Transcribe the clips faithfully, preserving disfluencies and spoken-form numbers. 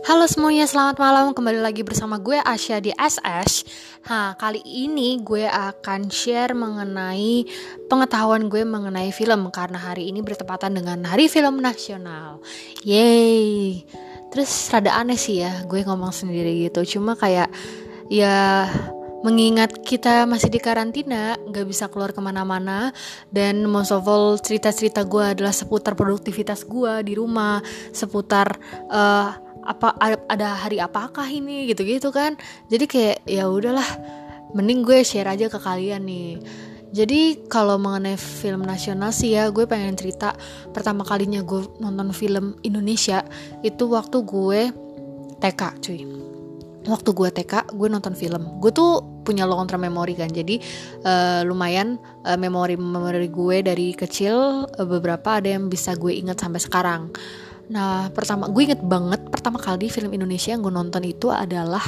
Halo semuanya, selamat malam. Kembali lagi bersama gue Asya di S S. Nah, kali ini gue akan share mengenai pengetahuan gue mengenai film, karena hari ini bertepatan dengan Hari Film Nasional. Yeay. Terus rada aneh sih ya gue ngomong sendiri gitu. Cuma kayak ya mengingat kita masih di karantina, gak bisa keluar kemana-mana. Dan most of all, cerita-cerita gue adalah seputar produktivitas gue di rumah, seputar uh, apa ada hari apakah ini gitu-gitu kan. Jadi kayak ya udahlah, mending gue share aja ke kalian nih. Jadi kalau mengenai film nasional sih ya, gue pengen cerita pertama kalinya gue nonton film Indonesia itu waktu gue T K cuy. Waktu gue T K, gue nonton film. Gue tuh punya long term memory kan. Jadi uh, lumayan uh, memori-memori gue dari kecil, uh, beberapa ada yang bisa gue ingat sampai sekarang. Nah, pertama gue inget banget pertama kali film Indonesia yang gue nonton itu adalah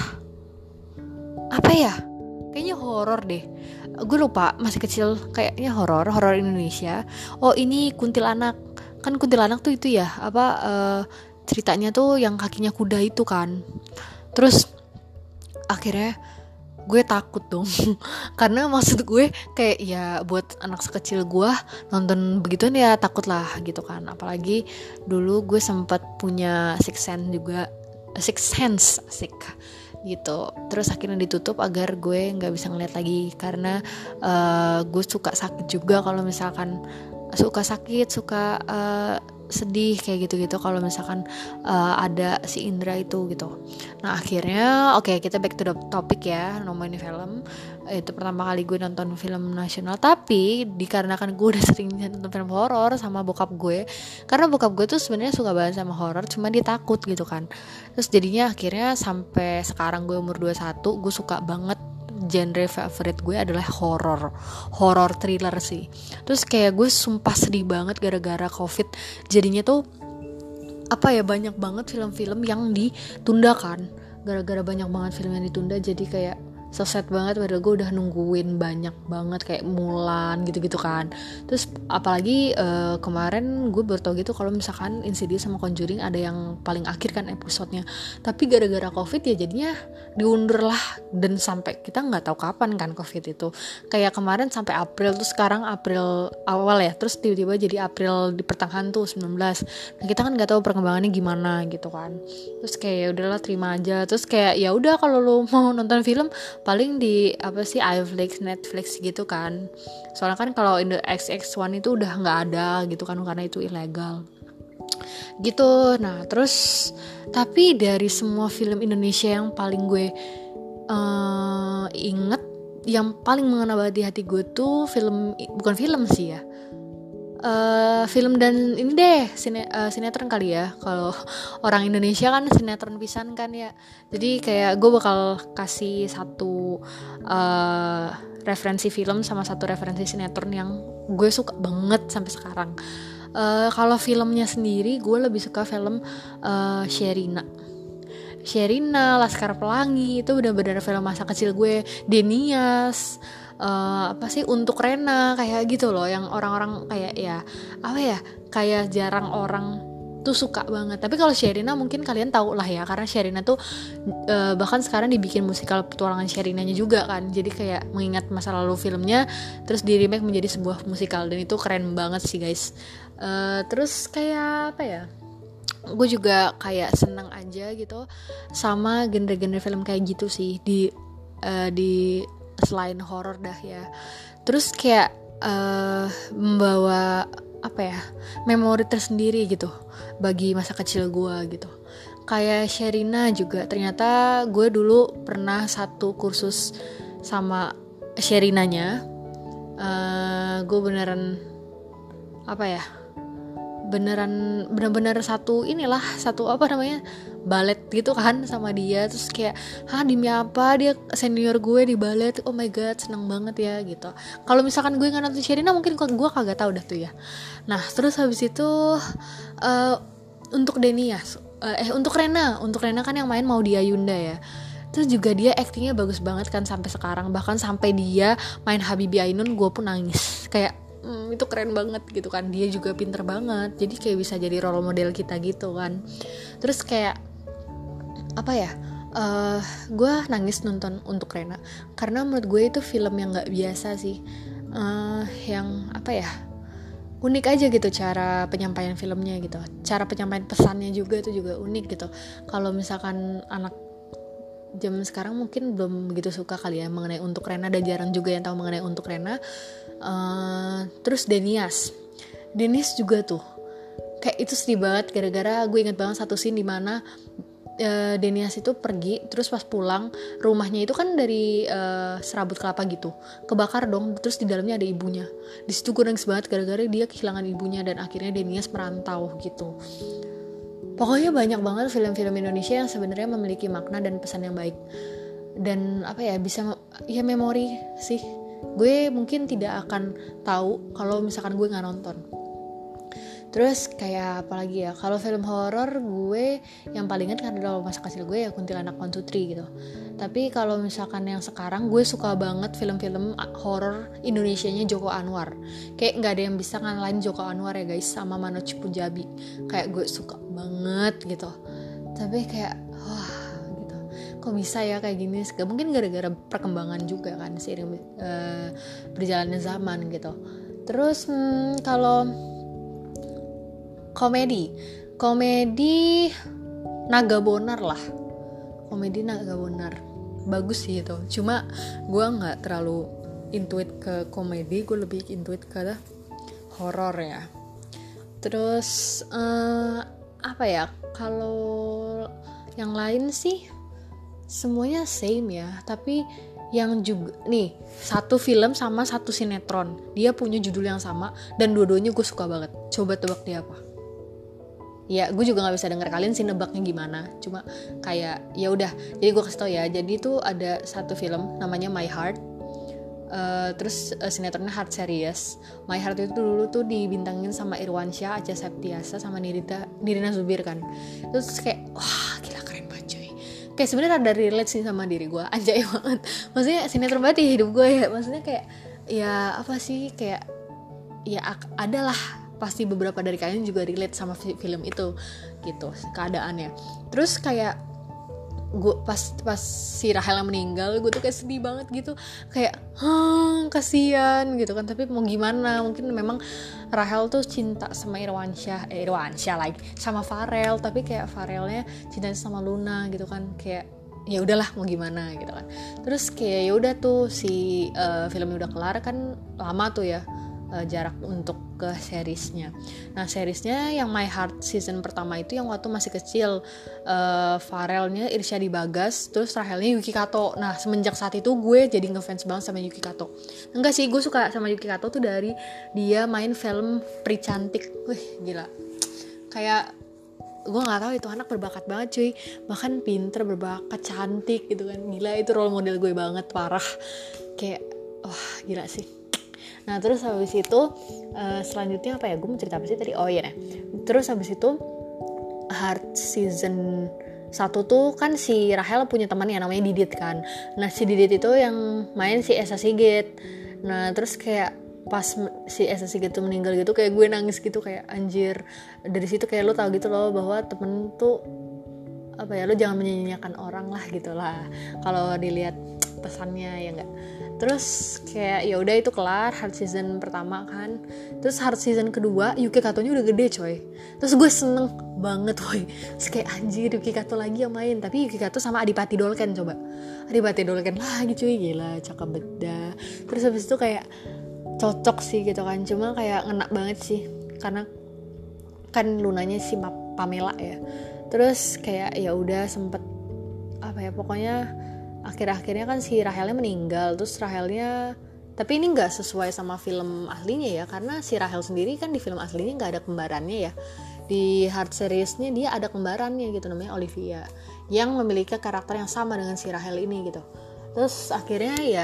apa ya? Kayaknya horor deh. Gue lupa, masih kecil, kayaknya horor, horor Indonesia. Oh, ini kuntilanak. Kan kuntilanak tuh itu ya, apa uh, ceritanya tuh yang kakinya kuda itu kan. Terus akhirnya gue takut dong. Karena maksud gue kayak ya buat anak sekecil gue nonton begituan ya takut lah gitu kan. Apalagi dulu gue sempat punya sixth sense juga, sixth sense asik gitu. Terus akhirnya ditutup agar gue nggak bisa ngeliat lagi, karena uh, gue suka sakit juga kalau misalkan suka sakit, suka uh, sedih kayak gitu-gitu kalau misalkan uh, ada si Indra itu gitu. Nah akhirnya oke okay, kita back to the topic ya, ngomongin film. Itu pertama kali gue nonton film nasional, tapi dikarenakan gue udah sering nonton film horor sama bokap gue, karena bokap gue tuh sebenarnya suka banget sama horor, cuma dia takut gitu kan. Terus jadinya akhirnya sampai sekarang gue umur dua puluh satu, gue suka banget, genre favorit gue adalah horor, horor thriller sih. Terus kayak gue sumpah sedih banget gara-gara covid, jadinya tuh apa ya, banyak banget film-film yang ditunda kan, gara-gara banyak banget film yang ditunda. Jadi kayak so sad banget, padahal gue udah nungguin banyak banget kayak Mulan gitu-gitu kan. Terus apalagi uh, kemarin gue baru tau gitu kalau misalkan Insidious sama Conjuring ada yang paling akhir kan episodenya. Tapi gara-gara covid ya jadinya diundur lah, dan sampai kita nggak tahu kapan kan covid itu. Kayak kemarin sampai April, terus sekarang April awal ya, terus tiba-tiba jadi April di pertengahan tuh sembilan belas. Nah kita kan nggak tahu perkembangannya gimana gitu kan. Terus kayak ya udahlah, terima aja. Terus kayak ya udah, kalau lo mau nonton film paling di apa sih, iFlix, Netflix gitu kan. Soalnya kan kalau Indo X X one itu udah nggak ada gitu kan, karena itu ilegal gitu. Nah terus tapi dari semua film Indonesia yang paling gue uh, inget, yang paling mengena banget di hati gue tuh film, bukan film sih ya, Uh, film dan ini deh sine, uh, sinetron kali ya. Kalau orang Indonesia kan sinetron pisan kan ya. Jadi kayak gue bakal kasih satu uh, referensi film sama satu referensi sinetron yang gue suka banget sampai sekarang. Uh, kalau filmnya sendiri gue lebih suka film uh, Sherina. Sherina, Laskar Pelangi, itu benar-benar film masa kecil gue. Denias, Uh, apa sih, Untuk Rena, kayak gitu loh, yang orang-orang kayak ya apa ya, kayak jarang orang tuh suka banget. Tapi kalau Sherina mungkin kalian tahu lah ya, karena Sherina tuh uh, bahkan sekarang dibikin musikal petualangan Sherinanya juga kan. Jadi kayak mengingat masa lalu filmnya, terus di remake menjadi sebuah musikal, dan itu keren banget sih guys. Uh, terus kayak apa ya, gue juga kayak senang aja gitu sama genre-genre film kayak gitu sih di uh, di selain horor dah ya. Terus kayak uh, membawa apa ya, memori tersendiri gitu bagi masa kecil gue gitu. Kayak Sherina juga, ternyata gue dulu pernah satu kursus sama Sherinanya. uh, gue beneran apa ya, beneran bener-bener satu inilah, satu apa namanya, balet gitu kan sama dia. Terus kayak hah, demi apa dia senior gue di balet, oh my god, seneng banget ya gitu. Kalau misalkan gue nggak nonton Sherina mungkin gue kagak tahu dah tuh ya. Nah terus habis itu uh, untuk Denias, uh, eh untuk Rena untuk Rena kan yang main Maudy Ayunda ya. Terus juga dia aktingnya bagus banget kan sampai sekarang, bahkan sampai dia main Habibie Ainun gue pun nangis kayak hmm, itu keren banget gitu kan. Dia juga pinter banget, jadi kayak bisa jadi role model kita gitu kan. Terus kayak apa ya, uh, gue nangis nonton Untuk Rena karena menurut gue itu film yang nggak biasa sih, uh, yang apa ya, unik aja gitu cara penyampaian filmnya gitu, cara penyampaian pesannya juga itu juga unik gitu. Kalau misalkan anak zaman sekarang mungkin belum begitu suka kali ya mengenai Untuk Rena, dan jarang juga yang tahu mengenai Untuk Rena. Uh, terus Denias, Denias juga tuh kayak itu sedih banget gara-gara gue inget banget satu scene di mana uh, Denias itu pergi, terus pas pulang rumahnya itu kan dari uh, serabut kelapa gitu, kebakar dong, terus di dalamnya ada ibunya. Di situ gue nangis banget gara-gara dia kehilangan ibunya dan akhirnya Denias merantau gitu. Pokoknya banyak banget film-film Indonesia yang sebenarnya memiliki makna dan pesan yang baik. Dan apa ya, bisa ya memori sih. Gue mungkin tidak akan tahu kalau misalkan gue gak nonton. Terus kayak apa lagi ya, kalau film horor gue yang paling ingat karena dalam masa kecil gue ya Kuntilanak one two three gitu. Tapi kalau misalkan yang sekarang gue suka banget film-film horor Indonesianya Joko Anwar. Kayak nggak ada yang bisa ngalahin Joko Anwar ya guys, sama Manoj Punjabi. Kayak gue suka banget gitu. Tapi kayak wah gitu, kok bisa ya kayak gini? Mungkin gara-gara perkembangan juga kan seiring uh, berjalannya zaman gitu. Terus hmm, kalau komedi komedi Naga Bonar lah komedi Naga Bonar bagus sih itu, cuma gue nggak terlalu intuit ke komedi, gue lebih intuit ke horor ya. Terus uh, apa ya, kalau yang lain sih semuanya same ya, tapi yang juga nih satu film sama satu sinetron, dia punya judul yang sama dan dua-duanya gue suka banget. Coba tebak dia apa? Ya gue juga nggak bisa denger kalian sih nebaknya gimana, cuma kayak ya udah, jadi gue kasih tau ya. Jadi tuh ada satu film namanya My Heart, uh, terus uh, sinetronnya Heart Series. My Heart itu dulu tuh dibintangin sama Irwansyah, Acha Septiasa, sama Nirita, Nirina Zubir kan. Terus kayak wah gila keren banget cuy, kayak sebenarnya ada relate sih sama diri gue, anjay banget. Maksudnya sinetron banget di hidup gue ya, maksudnya kayak ya apa sih, kayak ya adalah pasti beberapa dari kalian juga relate sama film itu gitu keadaannya. Terus kayak gue pas pas si Rahel yang meninggal, gue tuh kayak sedih banget gitu, kayak hmm kasihan gitu kan. Tapi mau gimana, mungkin memang Rahel tuh cinta sama Irwansyah eh Irwansyah lagi sama Farel, tapi kayak Farelnya cintanya sama Luna gitu kan, kayak ya udahlah mau gimana gitu kan. Terus kayak ya udah tuh si uh, filmnya udah kelar kan, lama tuh ya uh, jarak untuk ke seriesnya. Nah seriesnya yang My Heart season pertama itu yang waktu masih kecil, uh, Farelnya Irsyadi Bagas, terus Rahelnya Yuki Kato. Nah semenjak saat itu gue jadi ngefans banget sama Yuki Kato. Enggak sih, gue suka sama Yuki Kato tuh dari dia main film Pri Cantik. Wih gila, kayak gue nggak tahu itu anak berbakat banget cuy, bahkan pinter, berbakat, cantik gitu kan. Gila, itu role model gue banget, parah. Kayak wah gila sih. Nah terus habis itu uh, selanjutnya apa ya, gue mau cerita apa sih tadi, oh iya nah. Terus habis itu Heart season satu tuh kan si Rahel punya teman ya namanya Didit kan. Nah si Didit itu yang main si Esa Sigit. Nah terus kayak pas si Esa Sigit tuh meninggal gitu, kayak gue nangis gitu, kayak anjir. Dari situ kayak lo tau gitu loh bahwa temen tuh apa ya, lo jangan menyanyiakan orang lah gitu lah kalau dilihat pesannya ya enggak. Terus kayak ya udah itu kelar Heart season pertama kan. Terus Heart season kedua Yuki Katonya udah gede coy. Terus gue seneng banget woy. Terus kayak anjir Yuki Kato lagi yang main, tapi Yuki Kato sama Adipati Dolken, coba Adipati Dolken lagi cuy, gila cakep beda. Terus habis itu kayak cocok sih gitu kan, cuma kayak ngena banget sih karena kan Lunanya si Pamela ya. Terus kayak ya udah sempet apa ya, pokoknya akhir-akhirnya kan si Rahelnya meninggal. Terus Rahelnya, tapi ini nggak sesuai sama film aslinya ya, karena si Rahel sendiri kan di film aslinya nggak ada kembarannya ya. Di Heart seriesnya dia ada kembarannya gitu, namanya Olivia, yang memiliki karakter yang sama dengan si Rahel ini gitu. Terus akhirnya ya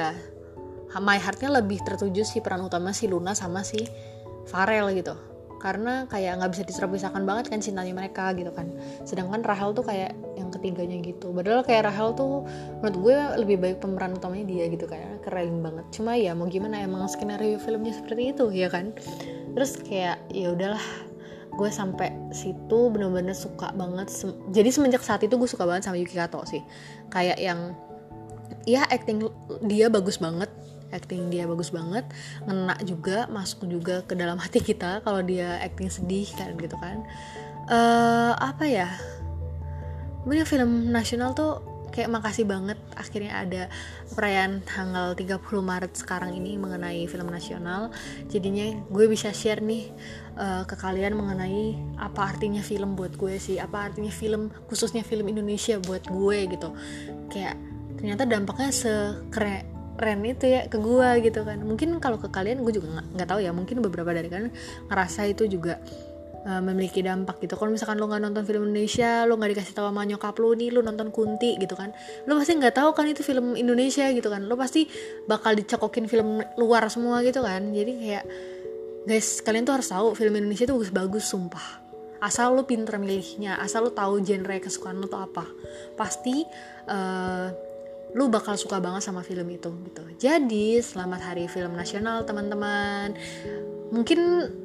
My Heart-nya lebih tertuju si peran utama si Luna sama si Farel gitu, karena kayak nggak bisa dipisahkan banget kan cintanya mereka gitu kan. Sedangkan Rahel tuh kayak yang ketiganya gitu, padahal kayak Rahel tuh menurut gue lebih baik pemeran utamanya dia gitu, kayak keren banget. Cuma ya mau gimana, emang skenario filmnya seperti itu ya kan. Terus kayak ya udahlah, gue sampai situ bener-bener suka banget. Sem- jadi semenjak saat itu gue suka banget sama Yuki Kato sih. Kayak yang ya acting dia bagus banget, acting dia bagus banget, ngena juga, masuk juga ke dalam hati kita kalau dia acting sedih kan gitu kan. Uh, apa ya? Bener film nasional tuh kayak makasih banget akhirnya ada perayaan tanggal tiga puluh Maret sekarang ini mengenai film nasional. Jadinya gue bisa share nih uh, ke kalian mengenai apa artinya film buat gue sih, apa artinya film, khususnya film Indonesia buat gue gitu. Kayak ternyata dampaknya sekeren itu ya ke gue gitu kan. Mungkin kalau ke kalian gue juga nggak nggak tahu ya, mungkin beberapa dari kalian ngerasa itu juga Uh, memiliki dampak gitu. Kalau misalkan lo nggak nonton film Indonesia, lo nggak dikasih tahu sama nyokap lo nih lo nonton Kunti gitu kan, lo pasti nggak tahu kan itu film Indonesia gitu kan, lo pasti bakal dicokokin film luar semua gitu kan. Jadi kayak guys, kalian tuh harus tahu film Indonesia tuh bagus-bagus sumpah, asal lo pinter milihnya, asal lo tahu genre kesukaan lo tuh apa, pasti uh, lo bakal suka banget sama film itu gitu. Jadi selamat hari film nasional teman-teman. Mungkin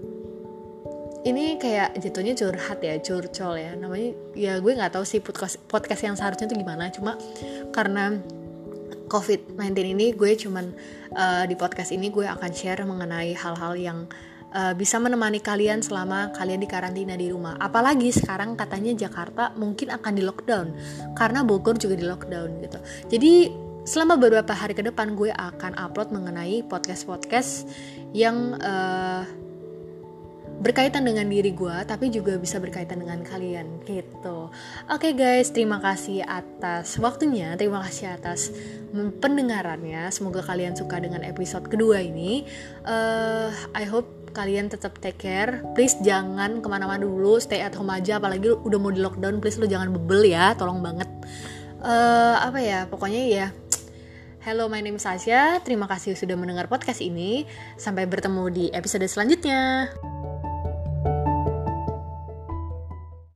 ini kayak jatuhnya curhat ya, curcol ya namanya ya, gue nggak tahu sih podcast podcast yang seharusnya itu gimana, cuma karena covid sembilan belas ini gue cuman uh, di podcast ini gue akan share mengenai hal-hal yang uh, bisa menemani kalian selama kalian di karantina di rumah. Apalagi sekarang katanya Jakarta mungkin akan di lockdown karena Bogor juga di lockdown gitu. Jadi selama beberapa hari ke depan gue akan upload mengenai podcast-podcast yang uh, berkaitan dengan diri gue, tapi juga bisa berkaitan dengan kalian gitu. Oke okay guys, terima kasih atas waktunya, terima kasih atas pendengarannya. Semoga kalian suka dengan episode kedua ini. uh, I hope kalian tetap take care. Please jangan kemana-mana dulu, stay at home aja. Apalagi udah mau di lockdown, please lo jangan bebel ya, tolong banget. uh, Apa ya, pokoknya ya, hello, my name is Asya. Terima kasih sudah mendengar podcast ini. Sampai bertemu di episode selanjutnya.